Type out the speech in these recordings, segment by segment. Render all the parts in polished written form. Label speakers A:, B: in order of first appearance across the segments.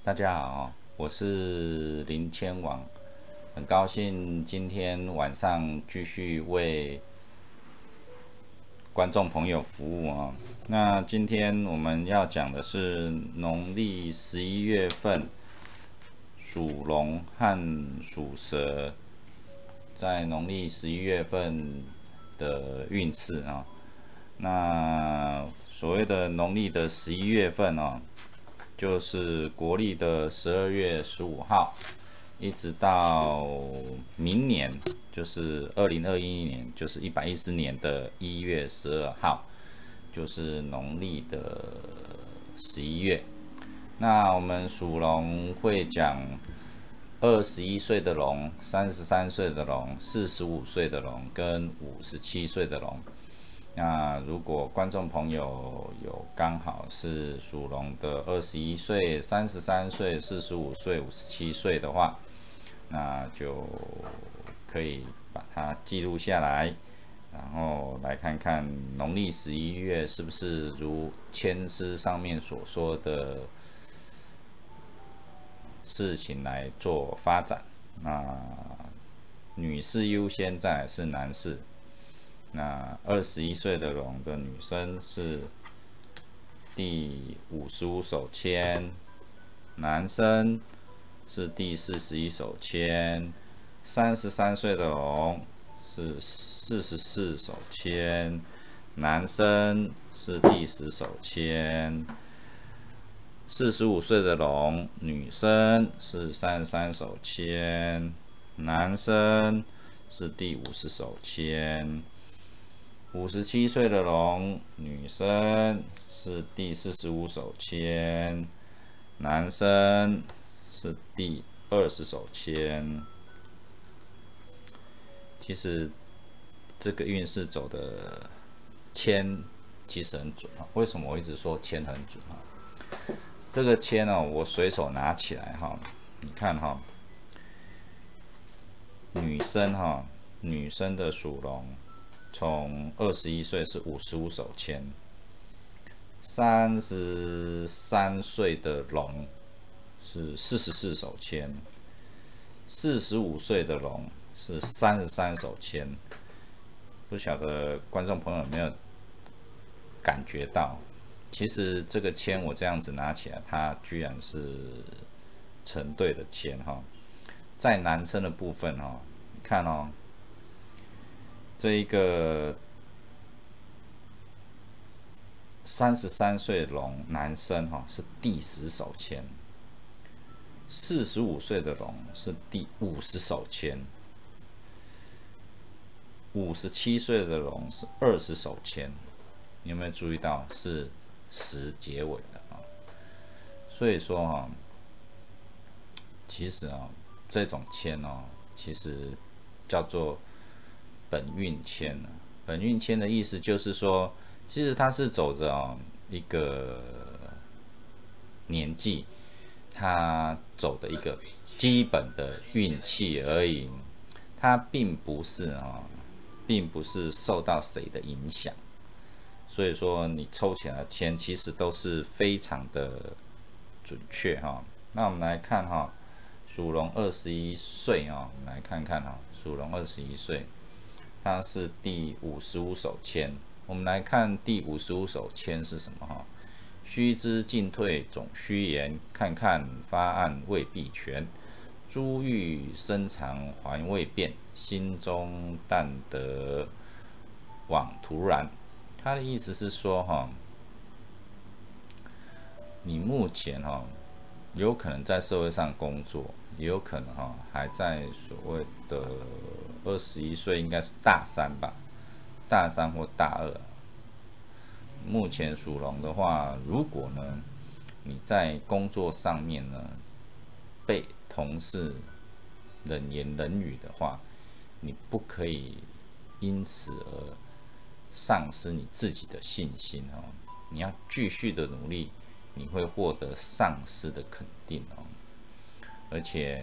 A: 大家好，我是林千王，很高兴今天晚上继续为观众朋友服务啊。那今天我们要讲的是农历11月份属龙和属蛇在农历11月份的运势啊。那所谓的农历的11月份哦，就是国历的12月15号，一直到明年，就是2021年，就是110年的1月12号，就是农历的11月。那我们属龙会讲21岁的龙、33岁的龙、45岁的龙跟57岁的龙。那如果观众朋友有刚好是属龙的21岁、33岁、45岁、57岁的话，那就可以把它记录下来，然后来看看农历11月是不是如签诗上面所说的事情来做发展。那女士优先，再来是男士。那21岁的龙的女生是第55手签，男生是第41手签。33岁的龙是44手签，男生是第10手签。45岁的龙女生是33手签，男生是第50手签。57岁的龙女生是第45手签，男生是第20手签。其实这个运势走的签其实很准，为什么我一直说签很准？这个签我随手拿起来你看女生的属龙，从21岁是55手签，33岁的龙是44手签，45岁的龙是33手签。不晓得观众朋友有没有感觉到，其实这个签我这样子拿起来，它居然是成对的签在男生的部分你看这一个33岁龙男生是第10手签，45岁的龙是第50手签，57岁的龙是20手签。你有没有注意到是10结尾的所以说其实这种签其实叫做本运签。本运签的意思就是说，其实它是走着一个年纪，它走的一个基本的运气而已，它并不是受到谁的影响。所以说你抽起来的签其实都是非常的准确那我们来看属龙21岁我们来看看属龙21岁，它是第55手签。我们来看第55手签是什么须知进退总须严，看看发案未必全。珠玉深藏还未变，心中但得枉徒然。他的意思是说你目前有可能在社会上工作，也有可能还在所谓的21岁，应该是大3吧，大3或大2。目前属龙的话，如果呢你在工作上面呢被同事冷言冷语的话，你不可以因此而丧失你自己的信心你要继续的努力，你会获得上司的肯定而且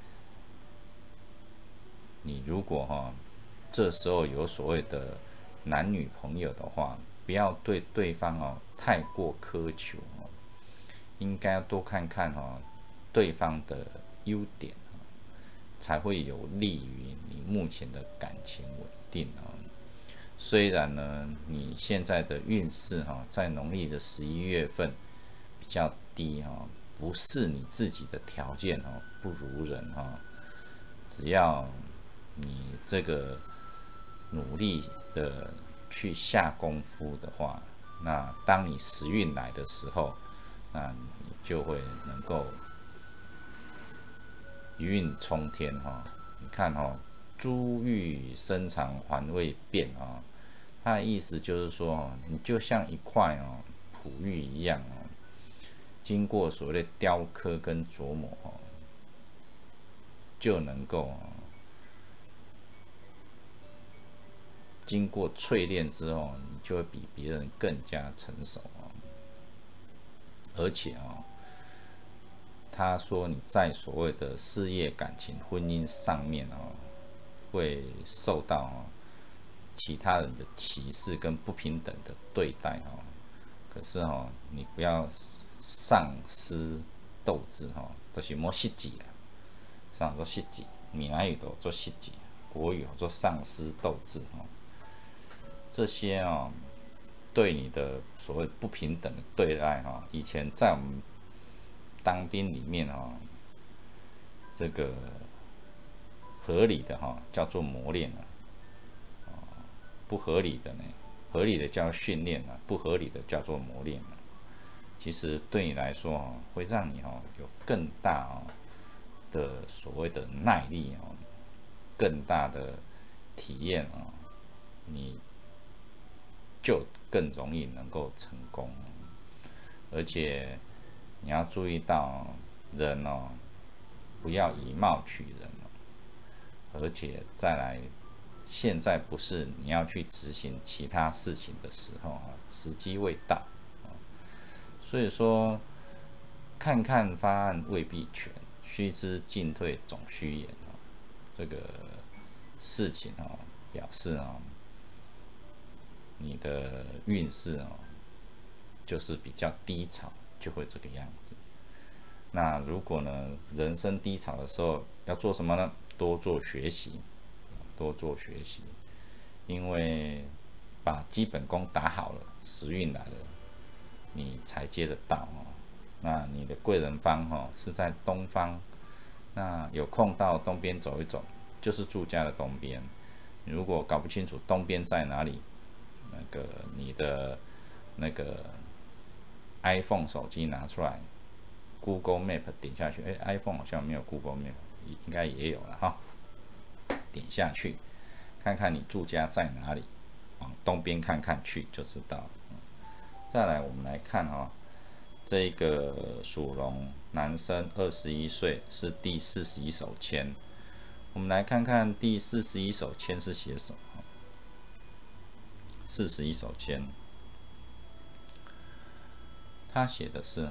A: 你如果这时候有所谓的男女朋友的话，不要对对方太过苛求应该多看看对方的优点，才会有利于你目前的感情稳定啊。虽然呢，你现在的运势在农历的11月份比较低不是你自己的条件不如人只要你这个努力的去下功夫的话，那当你时运来的时候，那你就会能够一运冲天你看珠玉深藏还未变它的意思就是说你就像一块璞玉一样经过所谓的雕刻跟琢磨就能够经过淬炼之后，你就会比别人更加成熟而且他说你在所谓的事业、感情、婚姻上面会受到其他人的歧视跟不平等的对待可是你不要丧失斗志就是莫失志上做失志，闽南语都做失志，国语做丧失斗志这些对你的所谓不平等的对待以前在我们当兵里面这个合理的叫做磨练不合理的呢，合理的叫训练不合理的叫做磨练其实对你来说会让你有更大的所谓的耐力更大的体验你就更容易能够成功。而且你要注意到人不要以貌取人而且再来，现在不是你要去执行其他事情的时候时机未到所以说看看方案未必全，须知进退总须言这个事情表示你的运势就是比较低潮，就会这个样子。那如果呢，人生低潮的时候要做什么呢？多做学习，多做学习，因为把基本功打好了，时运来了，你才接得到那你的贵人方是在东方，那有空到东边走一走，就是住家的东边。你如果搞不清楚东边在哪里，那个你的那个 iPhone 手机拿出来 ，Google Map 点下去，iPhone 好像没有 Google Map， 应该也有了点下去，看看你住家在哪里，往东边看看去就知道了。再来，我们来看这个属龙男生21岁是第41手签，我们来看看第41手签是写什么。41手签，他写的是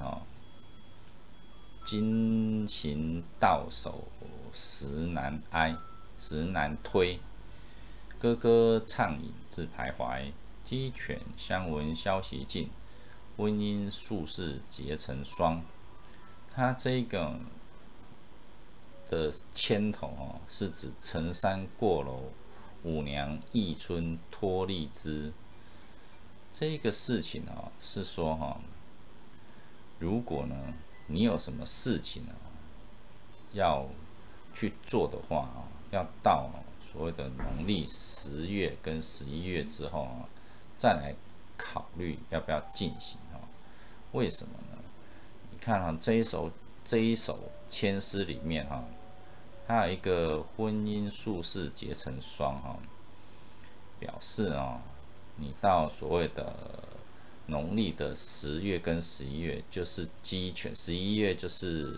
A: 今行到手时难挨，时难推，歌歌畅饮自徘徊，鸡犬相闻消息尽，婚姻术士结成双。它这个的牵头是指陈山过楼，舞娘忆春托荔枝。这个事情是说如果呢你有什么事情要去做的话要到所谓的农历10月跟11月之后再来考虑要不要进行为什么呢？你看这一首签诗里面它有一个婚姻术士结成双表示你到所谓的农历的10月跟11月就是鸡犬，11月就是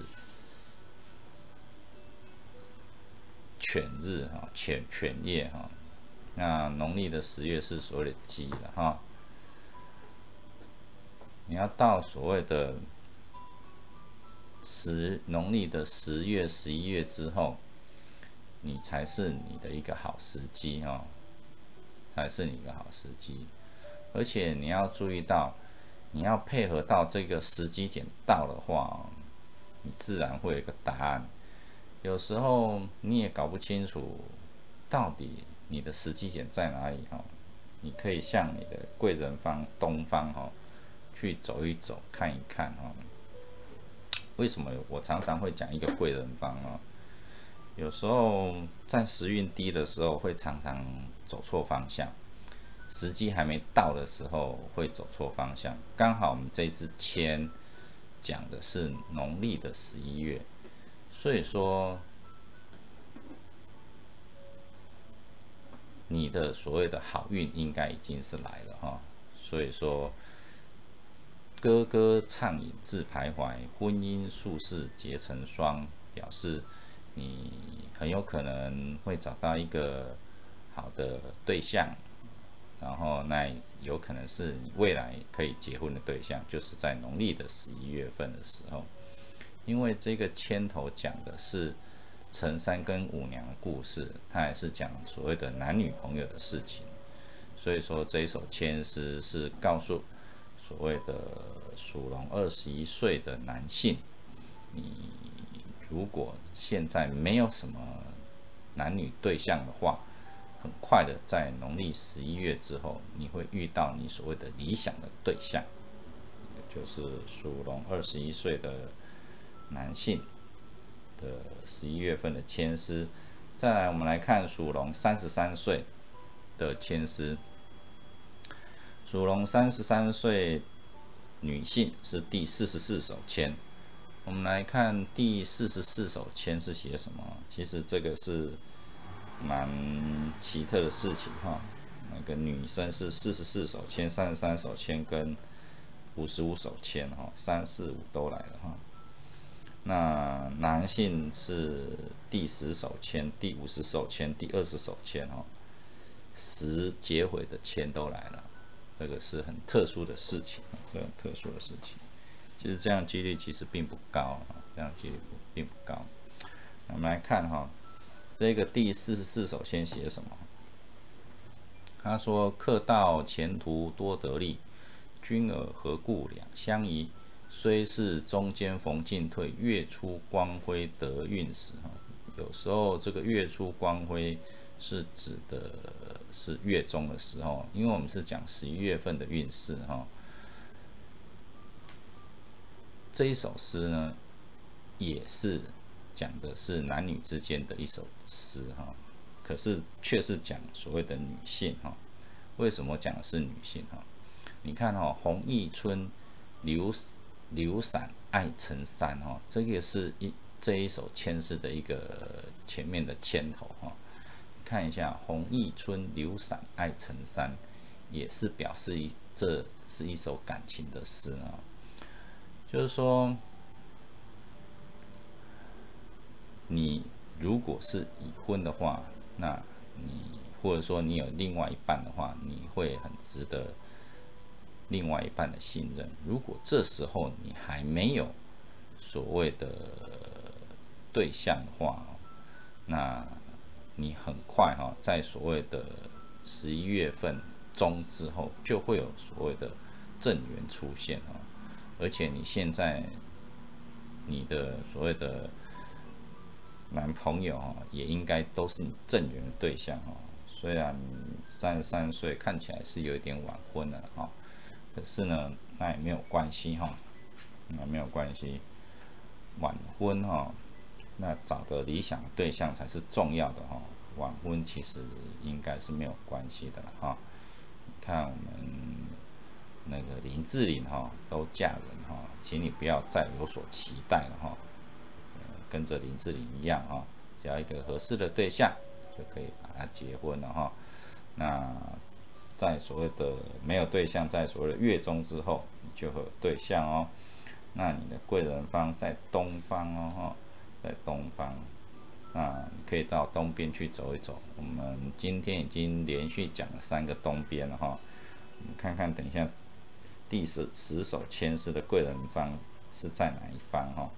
A: 犬日犬夜那农历的10月是所谓的鸡了你要到所谓的农历的10月、11月之后，你才是你的一个好时机才是你的好时机。而且你要注意到，你要配合到这个时机点到的话， 你自然会有一个答案。有时候你也搞不清楚到底你的时机点在哪里哈，你可以向你的贵人方东方哈去走一走看一看哈。为什么我常常会讲一个贵人方啊？有时候在时运低的时候会常常走错方向，时机还没到的时候会走错方向。刚好我们这支签讲的是农历的11月，所以说你的所谓的好运应该已经是来了哈。所以说歌歌畅饮自徘徊，婚姻术士结成双，表示你很有可能会找到一个好的对象，然后那有可能是你未来可以结婚的对象，就是在农历的11月份的时候。因为这个牵头讲的是陈三跟五娘的故事，它也是讲所谓的男女朋友的事情，所以说这一首签诗是告诉所谓的属龙21岁的男性，你如果现在没有什么男女对象的话，很快的在农历11月之后，你会遇到你所谓的理想的对象，就是属龙21岁的男性的11月份的签诗。再来，我们来看属龙33岁的签诗。属龙33岁女性是第44首签。我们来看第44首签是写什么？其实这个是蛮奇特的事情哈。那个女生是44手签、33手签跟55手签哈，3、4、5都来了哈。那男性是第10手签、第50手签、第20手签哈，10结尾的签都来了。这个是很特殊的事情，很特殊的事情。其实这样几率其实并不高，这样几率并不高。我们来看哈，这个第44首先写什么？他说：“客到前途多得利，君尔何故两相疑？虽是中间逢进退，月出光辉得运时。”有时候这个月出光辉是指的是月中的时候，因为我们是讲11月份的运势哈。这一首诗呢，也是讲的是男女之间的一首诗哈，可是却是讲所谓的女性哈。为什么讲的是女性哈？你看哈，红忆春，流散爱成山哈，这个是这一首签诗的一个前面的牵头哈。看一下，红忆春，流散爱成山，也是表示这是一首感情的诗啊。就是说，你如果是已婚的话，那你或者说你有另外一半的话，你会很值得另外一半的信任。如果这时候你还没有所谓的对象的话，那你很快哈，在所谓的11月份中之后，就会有所谓的正缘出现啊。而且你现在你的所谓的男朋友也应该都是你正缘的对象哈。虽然33岁看起来是有一点晚婚了哈，可是呢，那也没有关系哈，那没有关系。晚婚哈，那找个理想对象才是重要的哈。晚婚其实应该是没有关系的了哈。你看我们那个林志玲哈都嫁人哈，请你不要再有所期待了哈。跟着林志玲一样哈，只要一个合适的对象就可以把它结婚了哈。那在所谓的没有对象，在所谓的月中之后，你就会有对象哦。那你的贵人方在东方哦，在东方。那你可以到东边去走一走。我们今天已经连续讲了3个东边了哈。我们看看，等一下第10首签诗的贵人方是在哪一方哈？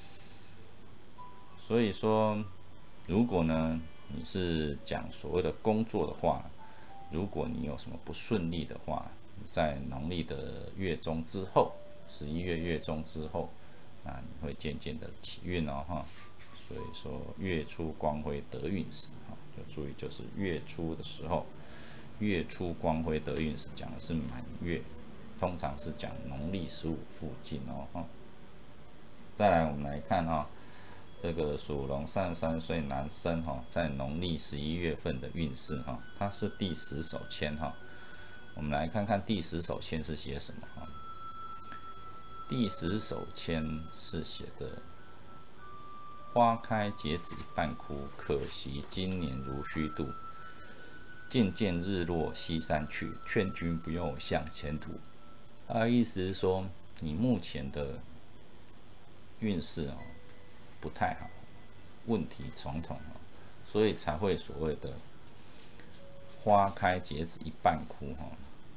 A: 所以说，如果呢你是讲所谓的工作的话，如果你有什么不顺利的话，在农历的月中之后，11月月中之后， 那你会渐渐的起运哦哈。所以说月出光辉得运时哈，就注意就是月初的时候，月出光辉得运时讲的是满月，通常是讲农历15附近哦哈。再来我们来看哈，这个属龙33岁男生哈，在农历11月份的运势哈，它是第10手签哈。我们来看看第10手签是写什么哈。第10手签是写的花开结子一半枯，可惜今年如虚度。渐渐日落西山去，劝君不用想前途。他的意思是说，你目前的运势哦不太好，问题重重哦，所以才会所谓的花开结子一半枯哈。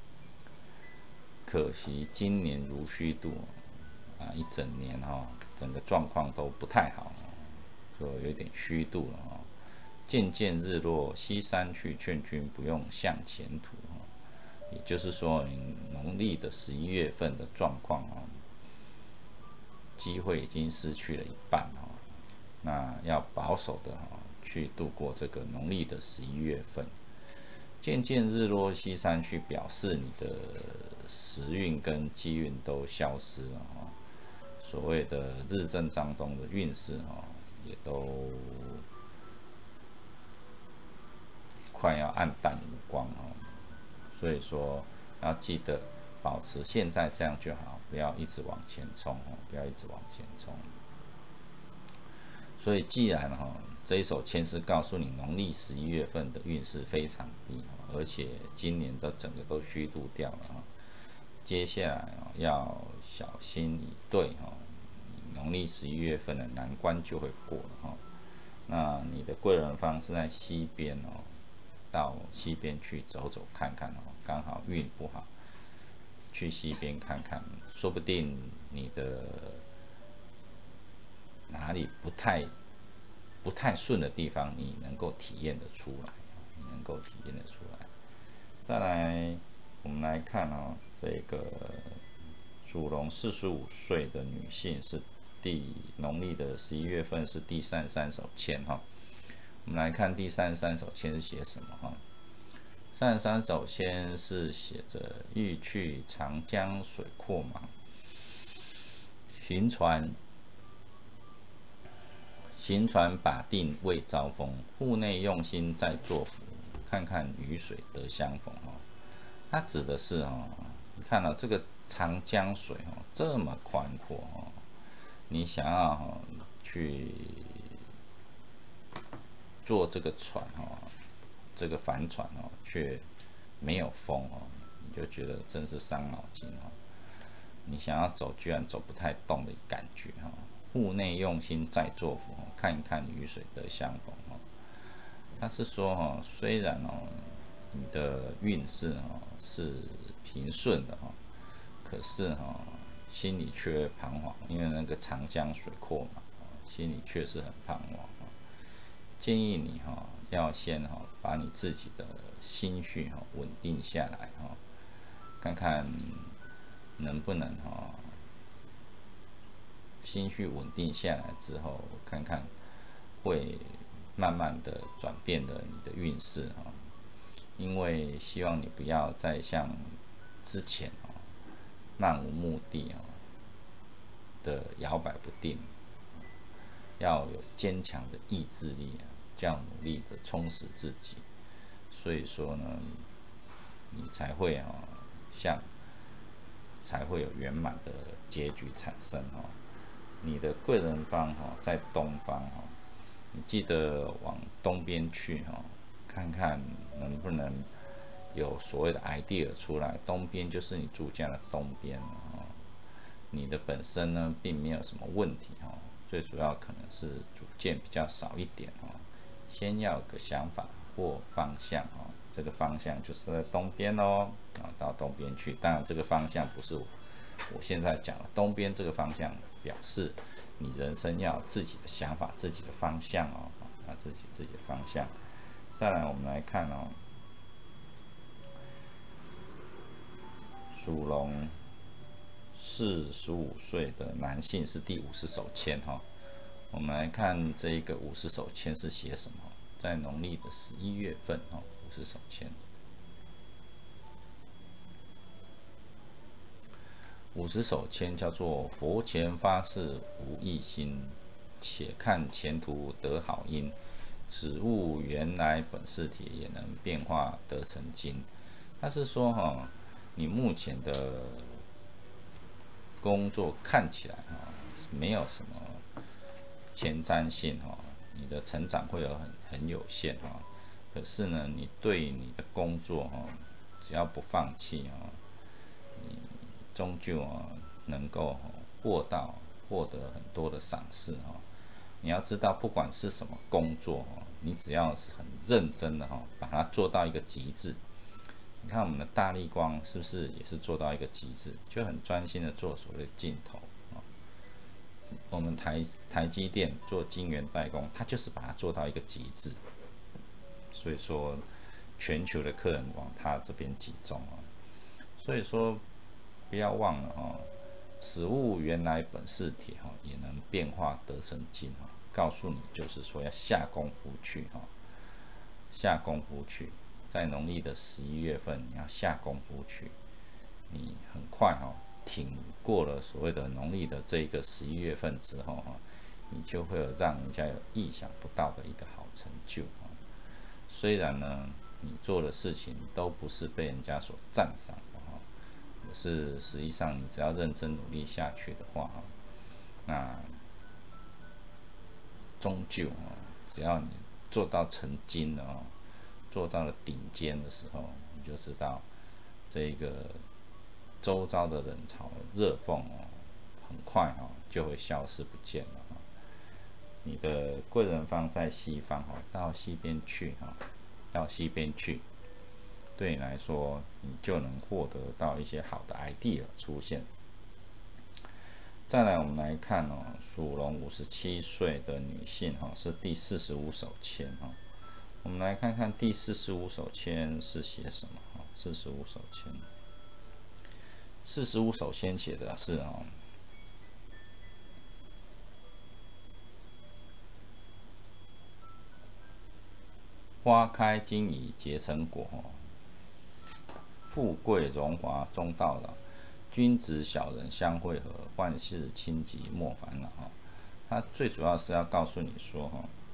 A: 可惜今年如虚度啊，一整年哈，整个状况都不太好，就有点虚度了哈。渐渐日落西山去，劝君不用向前途。也就是说，你农历的11月份的状况机会已经失去了一半那要保守的去度过这个农历的11月份。渐渐日落西山去，表示你的时运跟机运都消失了所谓的日正当中的运势也都快要暗淡无光所以说要记得保持现在这样就好，不要一直往前冲不要一直往前冲。所以既然这一手签是告诉你农历11月份的运势非常低而且今年的整个都虚度掉了接下来要小心以对农历11月份的难关就会过了那你的贵人方是在西边到西边去走走看看刚好运不好，去西边看看，说不定你的哪里不太顺的地方，你能够体验得出来，你能够体验得出来。再来，我们来看这个属龙45岁的女性是农历的11月份是第33手签我们来看第33手签是写什么33手签是写着欲去长江水阔茫，行船把定未遭风，户内用心在作福，看看雨水得相逢它指的是你看这个长江水这么宽阔你想要去坐这个船这个帆船却没有风你就觉得真是伤脑筋你想要走居然走不太动的感觉户内用心在作福看一看雨水得相逢他是说虽然你的运势是平顺的可是心里却彷徨，因为那个长江水阔嘛心里确实很彷徨建议你要先把你自己的心绪稳定下来看看能不能心绪稳定下来之后，看看会慢慢的转变了你的运势因为希望你不要再像之前漫无目的的摇摆不定，要有坚强的意志力这样努力的充实自己。所以说呢，你才会才会有圆满的结局产生你的贵人方在东方你记得往东边去看看能不能有所谓的 idea 出来。东边就是你住家的东边你的本身呢并没有什么问题最主要可能是主见比较少一点先要有个想法或方向这个方向就是在东边到东边去。当然这个方向不是我现在讲的东边这个方向，表示你人生要有自己的想法、自己的方向自己的方向。再来我们来看属龙 45岁的男性是第50手签哈。我们来看这一个50手签是写什么，在农历的11月份哈，50手签。50手签叫做佛前发誓无异心，且看前途得好因。此物原来本是铁，也能变化得成金。他是说哈，你目前的工作看起来哈没有什么前瞻性哈，你的成长会有很有限哈。可是呢，你对你的工作哈，只要不放弃哈，你终究能够获得很多的赏识哈。你要知道，不管是什么工作你只要是很认真的把它做到一个极致。你看我们的大立光是不是也是做到一个极致，就很专心的做所谓的镜头我们台积电做晶圆代工，它就是把它做到一个极致。所以说，全球的客人往它这边集中所以说，不要忘了此物原来本是铁也能变化得成金告诉你就是说要下功夫去下功夫去，在农历的11月份你要下功夫去，你很快挺过了所谓的农历的这个11月份之后你就会有让人家有意想不到的一个好成就虽然呢，你做的事情都不是被人家所赞赏的可是实际上你只要认真努力下去的话那终究只要你做到成金了做到了顶尖的时候，你就知道这个周遭的人潮热讽很快就会消失不见了你的贵人方在西方到西边去到西边去，对你来说，你就能获得到一些好的 idea 出现。再来，我们来看属龙57岁的女性是第45手签我们来看看第45手签是写什么45手签，45手签写的是花开经已结成果富贵荣华终到老，君子小人相会合，万事轻急莫烦恼它最主要是要告诉你说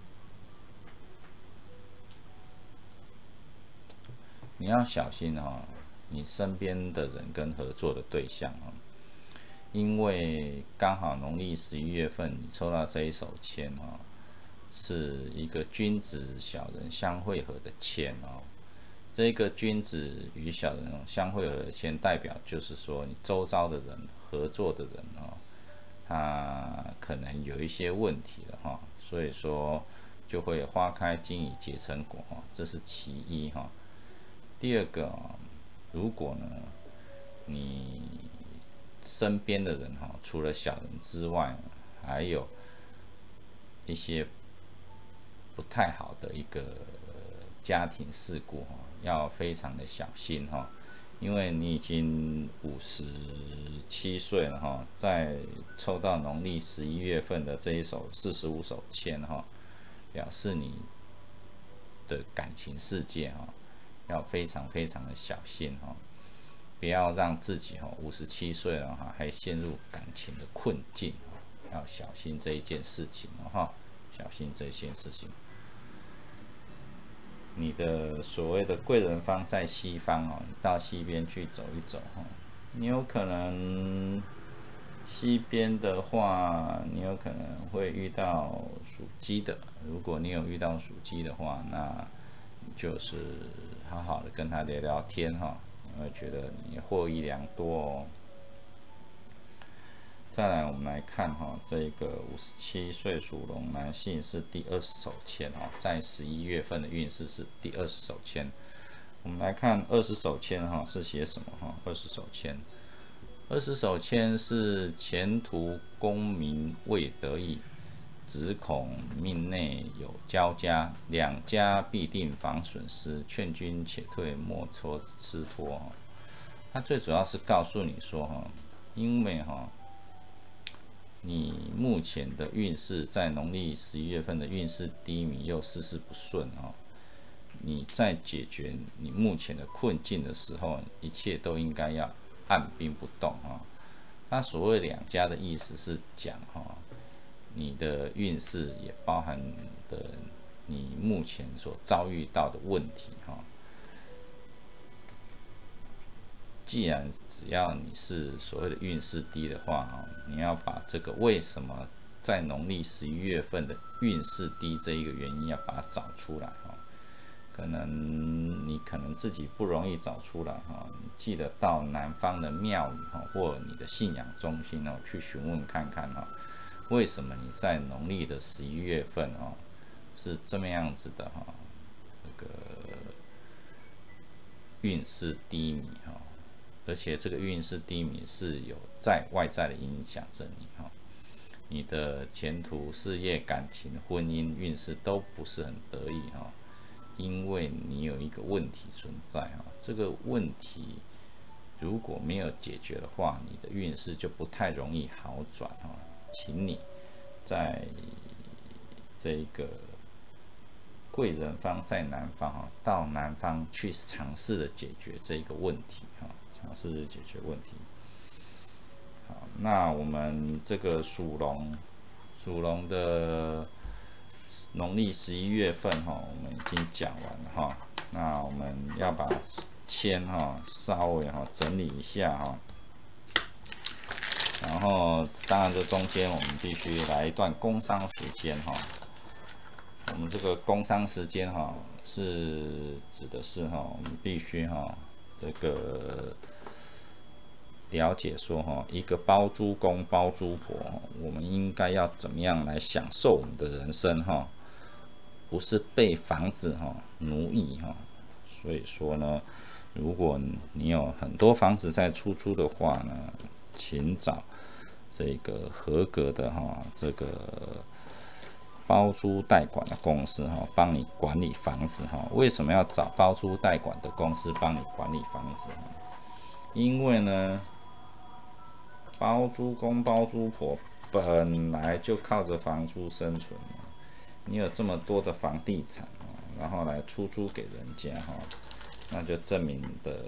A: 你要小心你身边的人跟合作的对象因为刚好农历11月份你抽到这一手签是一个君子小人相会合的签这个君子与小人相会合的签，代表就是说你周遭的人合作的人他可能有一些问题了所以说就会花开经已结成果这是其一第二个如果呢你身边的人除了小人之外还有一些不太好的一个家庭事故要非常的小心因为你已经57岁了在抽到农历11月份的这一手45手签表示你的感情世界要非常非常的小心不要让自己57岁了还陷入感情的困境要小心这一件事情小心这件事情。你的所谓的贵人方在西方你到西边去走一走你有可能西边的话，你有可能会遇到属鸡的。如果你有遇到属鸡的话，那就是好好的跟他聊聊天你会觉得你获益良多再来，我们来看这个57岁属龙男性是第20手签在11月份的运势是第20手签。我们来看20手签是写什么20手签是前途功名未得意，只恐命内有交加，两家必定防损失，劝君且退，莫蹉跎。它最主要是告诉你说因为你目前的运势在农历11月份的运势低迷又事事不顺你在解决你目前的困境的时候，一切都应该要按兵不动那所谓两家的意思是讲你的运势也包含的你目前所遭遇到的问题既然只要你是所谓的运势低的话你要把这个为什么在农历11月份的运势低这一个原因要把它找出来你可能自己不容易找出来你记得到南方的庙宇或你的信仰中心去询问看看为什么你在农历的11月份是这么样子的这个运势低迷而且这个运势低迷是有外在的影响着你的前途、事业、感情、婚姻运势都不是很得意因为你有一个问题存在这个问题如果没有解决的话，你的运势就不太容易好转请你在这个贵人方在南方到南方去尝试的解决这个问题尝试着解决问题。好，那我们这个属龙的农历11月份我们已经讲完了那我们要把签稍微整理一下然后当然这中间我们必须来一段工商时间我们这个工商时间是指的是我们必须这个了解说一个包租公包租婆我们应该要怎么样来享受我们的人生不是被房子奴役所以说呢，如果你有很多房子在出租的话呢，请找这个合格的这个包租代管的公司帮你管理房子为什么要找包租代管的公司帮你管理房子因为呢，包租公包租婆本来就靠着房租生存你有这么多的房地产然后来出租给人家那就证明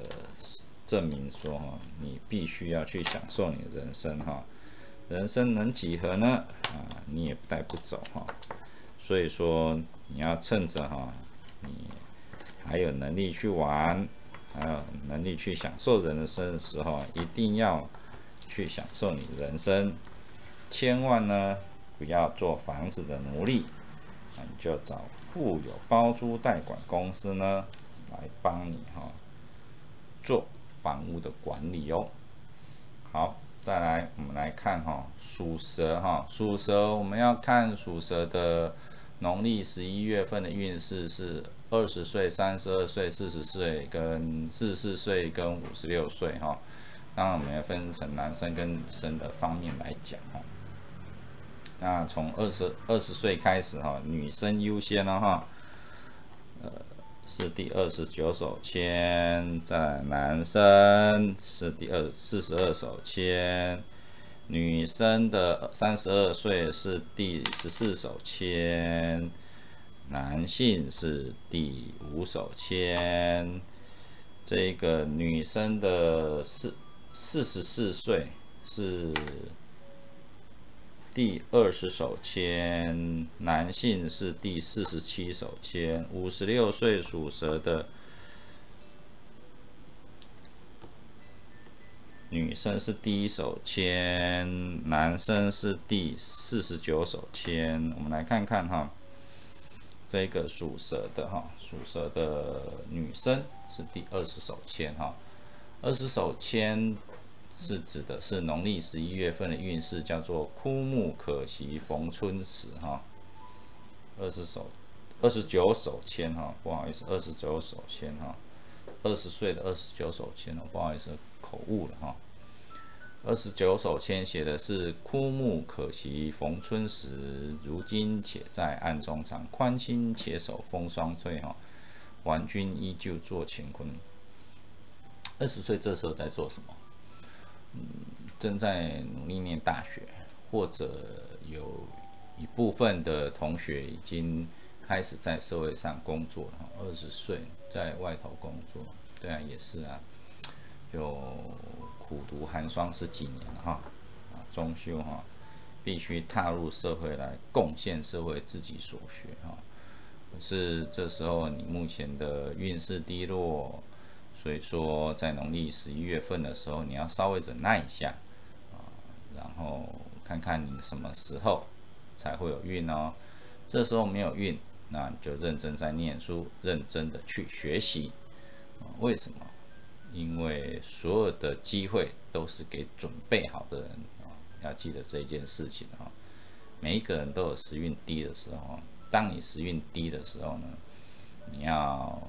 A: 说你必须要去享受你的人生人生能几何呢你也带不走所以说你要趁着你还有能力去玩还有能力去享受人生的时候一定要去享受你的人生千万呢不要做房子的奴隶你就找富有包租代管公司呢来帮你做房屋的管理好，再来我们来看属蛇属蛇我们要看属蛇的农历11月份的运势是20岁、32岁、40岁跟44岁跟56岁当然我们要分成男生跟女生的方面来讲那从20岁开始女生优先了是第29手签，再来男生是第42手签，女生的32岁是第14手签，男性是第5手签。这个女生的44岁是第20手签，男性是第47手签，56岁属蛇的女生是第1手签，男生是第49手签。我们来看看这个属蛇的女生是第20手签20手签是指的是农历11月份的运势，叫做枯木可惜逢春时29手签不好意思，29手签20岁的29手签不好意思，口误了29手签写的是枯木可惜逢春时，如今且在暗中藏，宽心且守风霜翠还君依旧做乾坤。20岁这时候在做什么？ 正在努力念大学，或者有一部分的同学已经开始在社会上工作了，20岁在外头工作，对啊，也是啊，就苦读寒霜10几年了哈，终究哈必须踏入社会来贡献社会自己所学哈。可是这时候你目前的运势低落，所以说在农历11月份的时候，你要稍微忍耐一下然后看看你什么时候才会有运哦。这时候没有运，那你就认真在念书，认真的去学习。为什么？因为所有的机会都是给准备好的人要记得这一件事情每一个人都有时运低的时候，当你时运低的时候呢，你要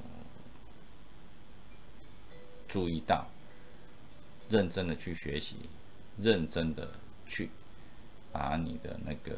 A: 注意到，认真的去学习，认真的去把你的那个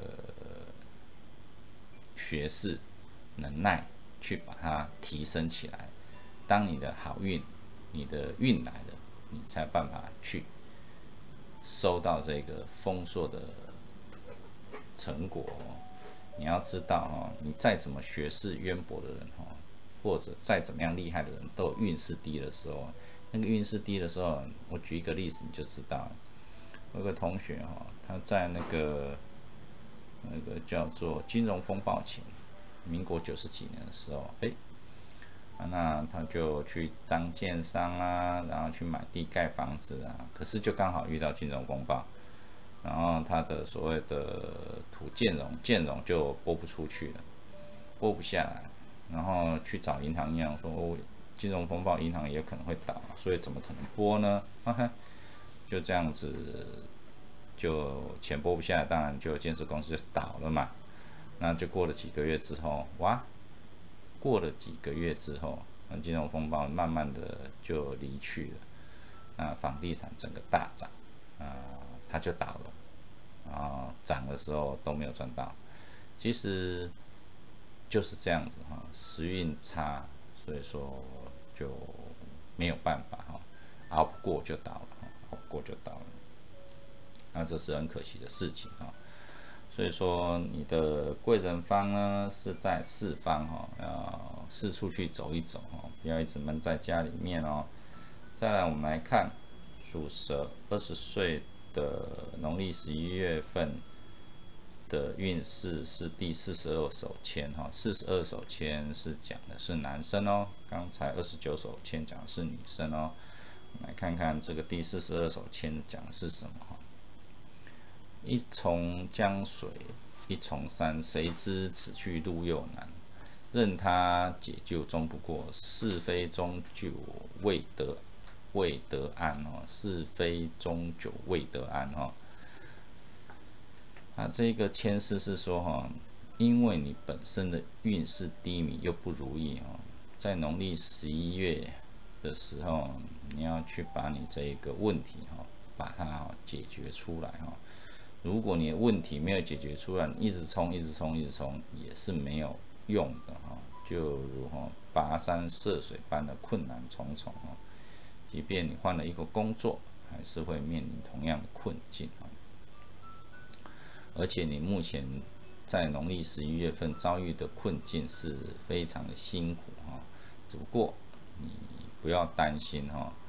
A: 学识能耐去把它提升起来。当你的好运，你的运来了，你才有办法去收到这个丰硕的成果你要知道你再怎么学识渊博的人或者再怎么样厉害的人，都有运势低的时候。那个运势低的时候，我举一个例子你就知道了。我有个同学他在那个叫做金融风暴前，民国90几年的时候，那他就去当建商啊，然后去买地盖房子啊，可是就刚好遇到金融风暴，然后他的所谓的土建融就拨不出去了，拨不下来，然后去找银行说金融风暴银行也可能会倒，所以怎么可能拨呢？就这样子，就钱拨不下来，当然就建设公司就倒了嘛。那就过了几个月之后，过了几个月之后，金融风暴慢慢的就离去了，那房地产整个大涨，它就倒了，涨的时候都没有赚到。其实就是这样子时运差，所以说就没有办法熬不过就倒了，熬不过就倒了，那这是很可惜的事情所以说你的贵人方呢是在四方要四处去走一走不要一直闷在家里面再来我们来看属蛇20岁的农历11月份的运势是第42手签42手签是讲的是男生刚才29手签讲的是女生我们来看看这个第42手签讲的是什么一重江水一重山，谁知此去路又难。任他解救终不过，是非终究未得安是非终究未得安这个签诗是说因为你本身的运势低迷又不如意在农历11月的时候，你要去把你这一个问题把它解决出来如果你的问题没有解决出来，一直冲也是没有用的就如跋山涉水般的困难重重即便你换了一个工作，还是会面临同样的困境而且你目前在农历11月份遭遇的困境是非常的辛苦只不过你不要担心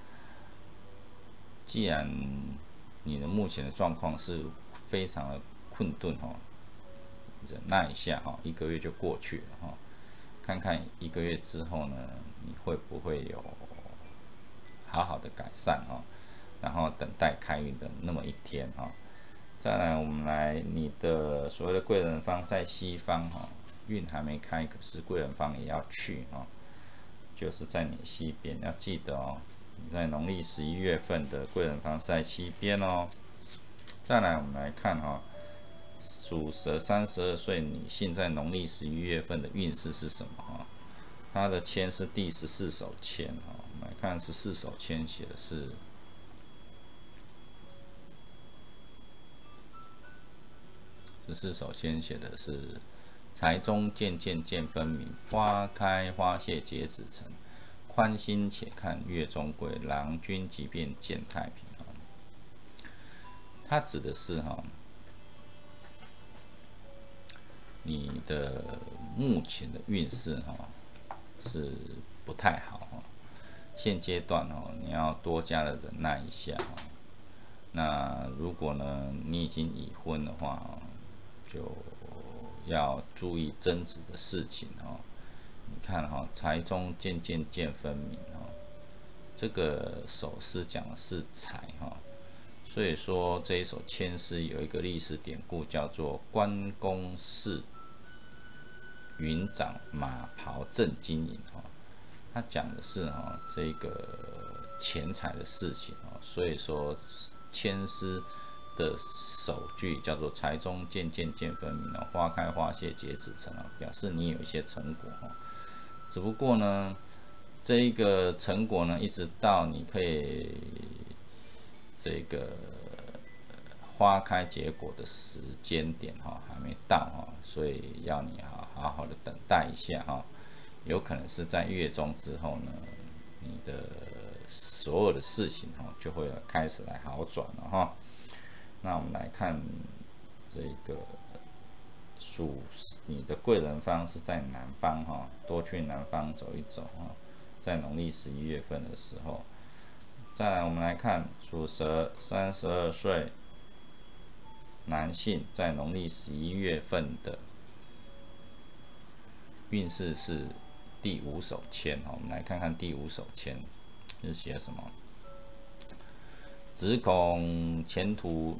A: 既然你的目前的状况是非常的困顿忍耐一下1个月就过去了看看1个月之后呢，你会不会有好好的改善然后等待开运的那么一天再来我们来你的所谓的贵人方在西方运还没开，可是贵人方也要去就是在你西边，要记得你在农历11月份的贵人方是在西边再来我们来看属蛇32岁女性在农历11月份的运势是什么她的签是第14手签我们来看14手签写的是14手签写的是财中渐分明，花开花谢结子成，宽心且看月中归，郎君即便见太平它指的是你的目前的运势是不太好现阶段你要多加的忍耐一下那如果呢你已经已婚的话就要注意争执的事情你看财中渐渐见分明这个首诗讲的是财所以说这一首千诗有一个历史典故叫做关公式云长马袍正金银他讲的是这个钱财的事情所以说千诗的首句叫做财中渐渐见分明花开花谢结子成表示你有一些成果只不过呢这一个成果呢一直到你可以这个花开结果的时间点还没到所以要你好好的等待一下有可能是在月中之后呢你的所有的事情就会开始来好转了那我们来看这个你的贵人方是在南方多去南方走一走在农历11月份的时候。再来我们来看属蛇32岁男性在农历11月份的运势是第5手签我们来看看第5手签是写什么。只恐前途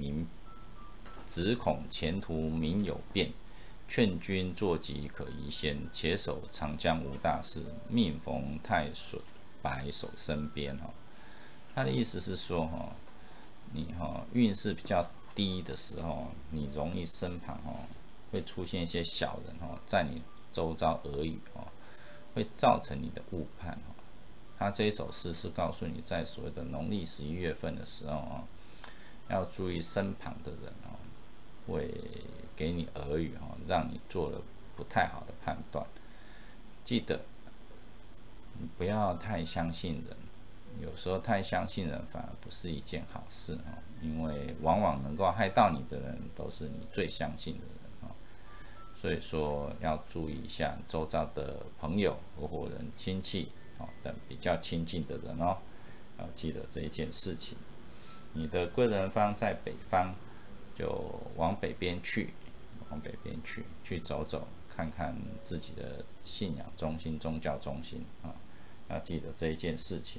A: 名有变，劝君坐骑可宜先。且守长江无大事，命逢太岁白首身边他的意思是说你运势比较低的时候，你容易身旁会出现一些小人在你周遭耳语会造成你的误判他这一首诗是告诉你，在所谓的农历11月份的时候要注意身旁的人会给你耳语让你做了不太好的判断。记得你不要太相信人，有时候太相信人反而不是一件好事因为往往能够害到你的人都是你最相信的人所以说要注意一下周遭的朋友、合伙人、亲戚等比较亲近的人要记得这一件事情。你的贵人方在北方，就往北边去走走，看看自己的信仰中心、宗教中心要记得这一件事情。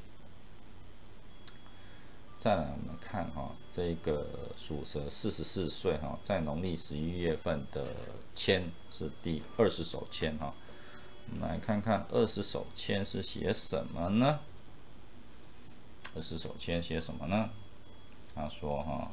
A: 再来我们看这个属蛇44岁在农历11月份的签是第20手签我们来看看20手签是写什么呢？20手签写什么呢？他说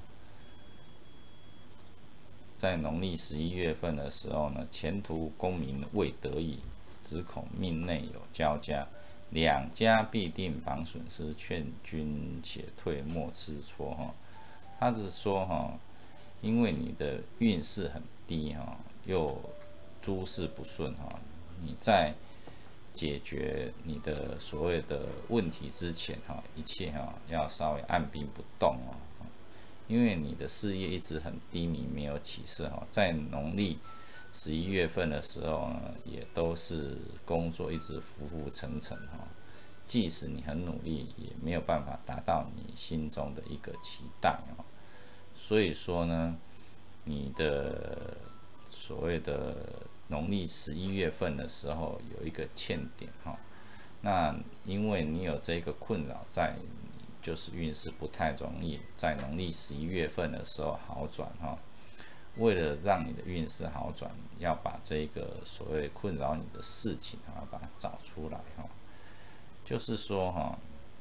A: 在农历11月份的时候呢，前途功名未得已，只恐命内有交加，两家必定防损失，劝君且退莫吃错他是说因为你的运势很低又诸事不顺你在解决你的所谓的问题之前一切要稍微按兵不动因为你的事业一直很低迷，没有起色在农历11月份的时候呢，也都是工作一直浮浮沉沉即使你很努力，也没有办法达到你心中的一个期待所以说呢，你的所谓的农历11月份的时候有一个欠点那因为你有这个困扰在，就是运势不太容易在农历11月份的时候好转为了让你的运势好转，要把这个所谓困扰你的事情把它找出来就是说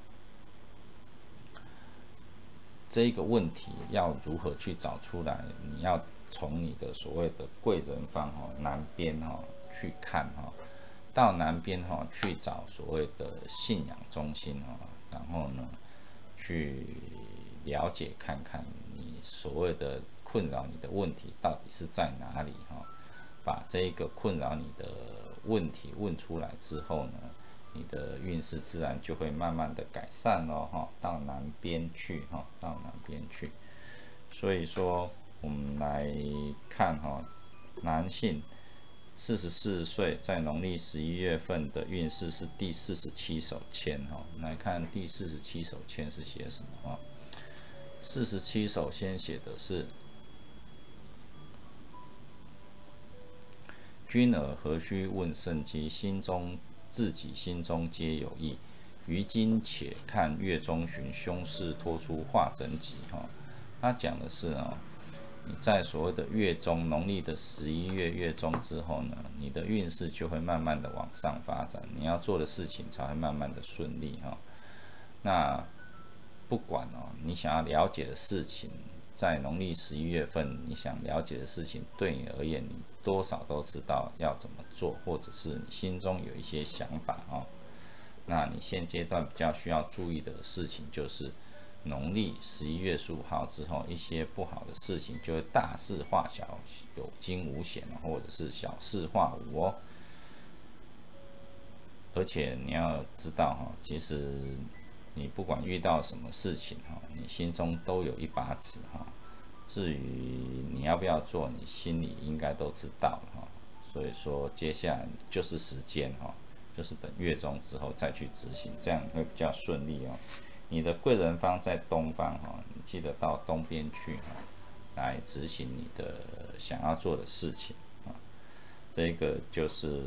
A: 这个问题要如何去找出来？你要从你的所谓的贵人方南边去看到南边去找所谓的信仰中心然后呢去了解看看你所谓的困扰你的问题到底是在哪里把这个困扰你的问题问出来之后呢，你的运势自然就会慢慢的改善到南边去所以说我们来看男性44岁在农历11月份的运势是第47手签来看第47手签是写什么47手签写的是君尔何须问圣机，自己心中皆有意。于今且看月中旬，凶事托出化整吉他讲的是你在所谓的月中，农历的11月月中之后呢，你的运势就会慢慢的往上发展，你要做的事情才会慢慢的顺利那不管你想要了解的事情，在农历11月份，你想了解的事情，对你而言，你多少都知道要怎么做，或者是你心中有一些想法那你现阶段比较需要注意的事情，就是农历11月15号之后，一些不好的事情就会大事化小，有惊无险，或者是小事化无而且你要知道其实你不管遇到什么事情你心中都有一把尺至于你要不要做，你心里应该都知道了所以说接下来就是时间就是等月中之后再去执行，这样会比较顺利你的贵人方在东方你记得到东边去来执行你的想要做的事情这个就是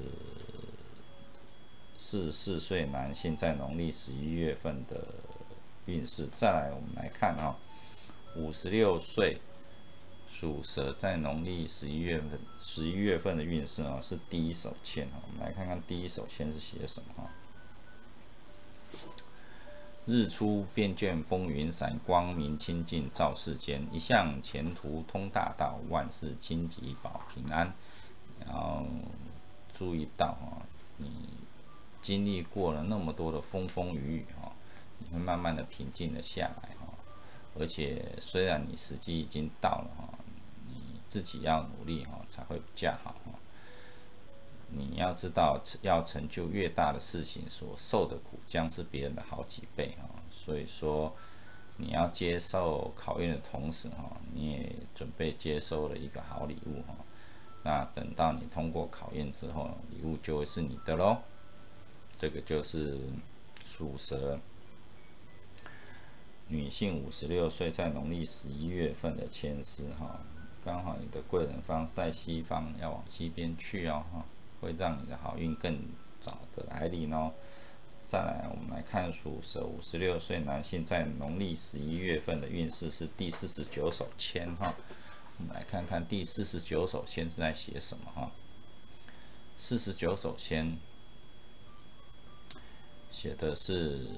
A: 44岁男性在农历11月份的运势。再来我们来看56岁属蛇在农历11月份的运势是第一手签我们来看看第一手签是写什么日出便见风云闪，光明清净照世间。一向前途通大道，万事荆棘保平安。然后注意到你经历过了那么多的风风雨雨你会慢慢的平静了下来而且虽然你时机已经到了你自己要努力才会比较好你要知道，要成就越大的事情，所受的苦将是别人的好几倍所以说，你要接受考验的同时你也准备接收了一个好礼物那等到你通过考验之后，礼物就会是你的咯。这个就是属蛇女性56岁在农历11月份的签诗刚好你的贵人方在西方，要往西边去会让你的好运更早的来临再来，我们来看属蛇56岁男性在农历11月份的运势是第49手签我们来看看第49手签是在写什么49手签写的是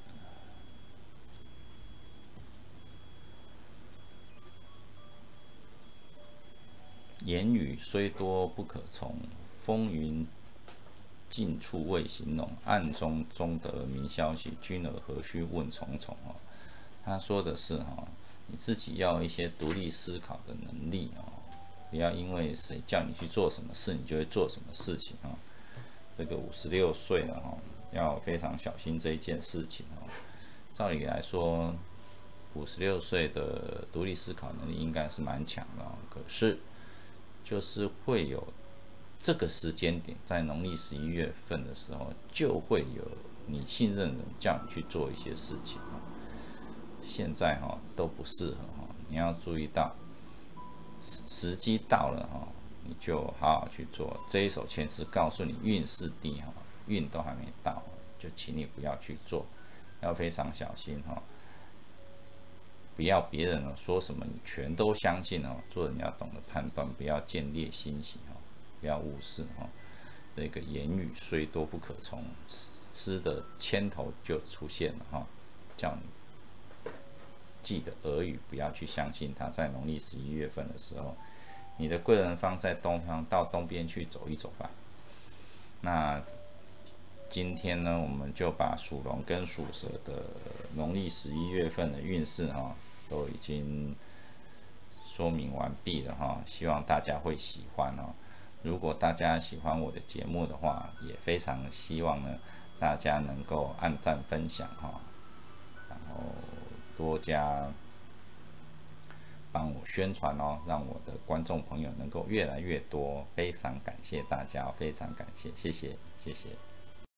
A: 言语虽多不可从，风云近处未形容，暗中终得明消息，君尔何须问重重他说的是你自己要有一些独立思考的能力不要因为谁叫你去做什么事，你就会做什么事情这个56岁了要非常小心这一件事情照理来说，56岁的独立思考能力应该是蛮强的可是就是会有这个时间点，在农历11月份的时候，就会有你信任人叫你去做一些事情现在都不适合你要注意到，时机到了你就好好去做。这一手签是告诉你运势低运都还没到，就请你不要去做，要非常小心不要别人说什么你全都相信做人要懂得判断，不要见猎心喜不要误事这个言语虽多不可从，吃的牵头就出现了叫你记得耳语，不要去相信他。在农历11月份的时候，你的贵人方在东方，到东边去走一走吧。那今天呢，我们就把属龙跟属蛇的农历11月份的运势都已经说明完毕了希望大家会喜欢如果大家喜欢我的节目的话，也非常希望呢大家能够按赞分享然后多加帮我宣传哦，让我的观众朋友能够越来越多，非常感谢大家，非常感谢，谢谢，谢谢。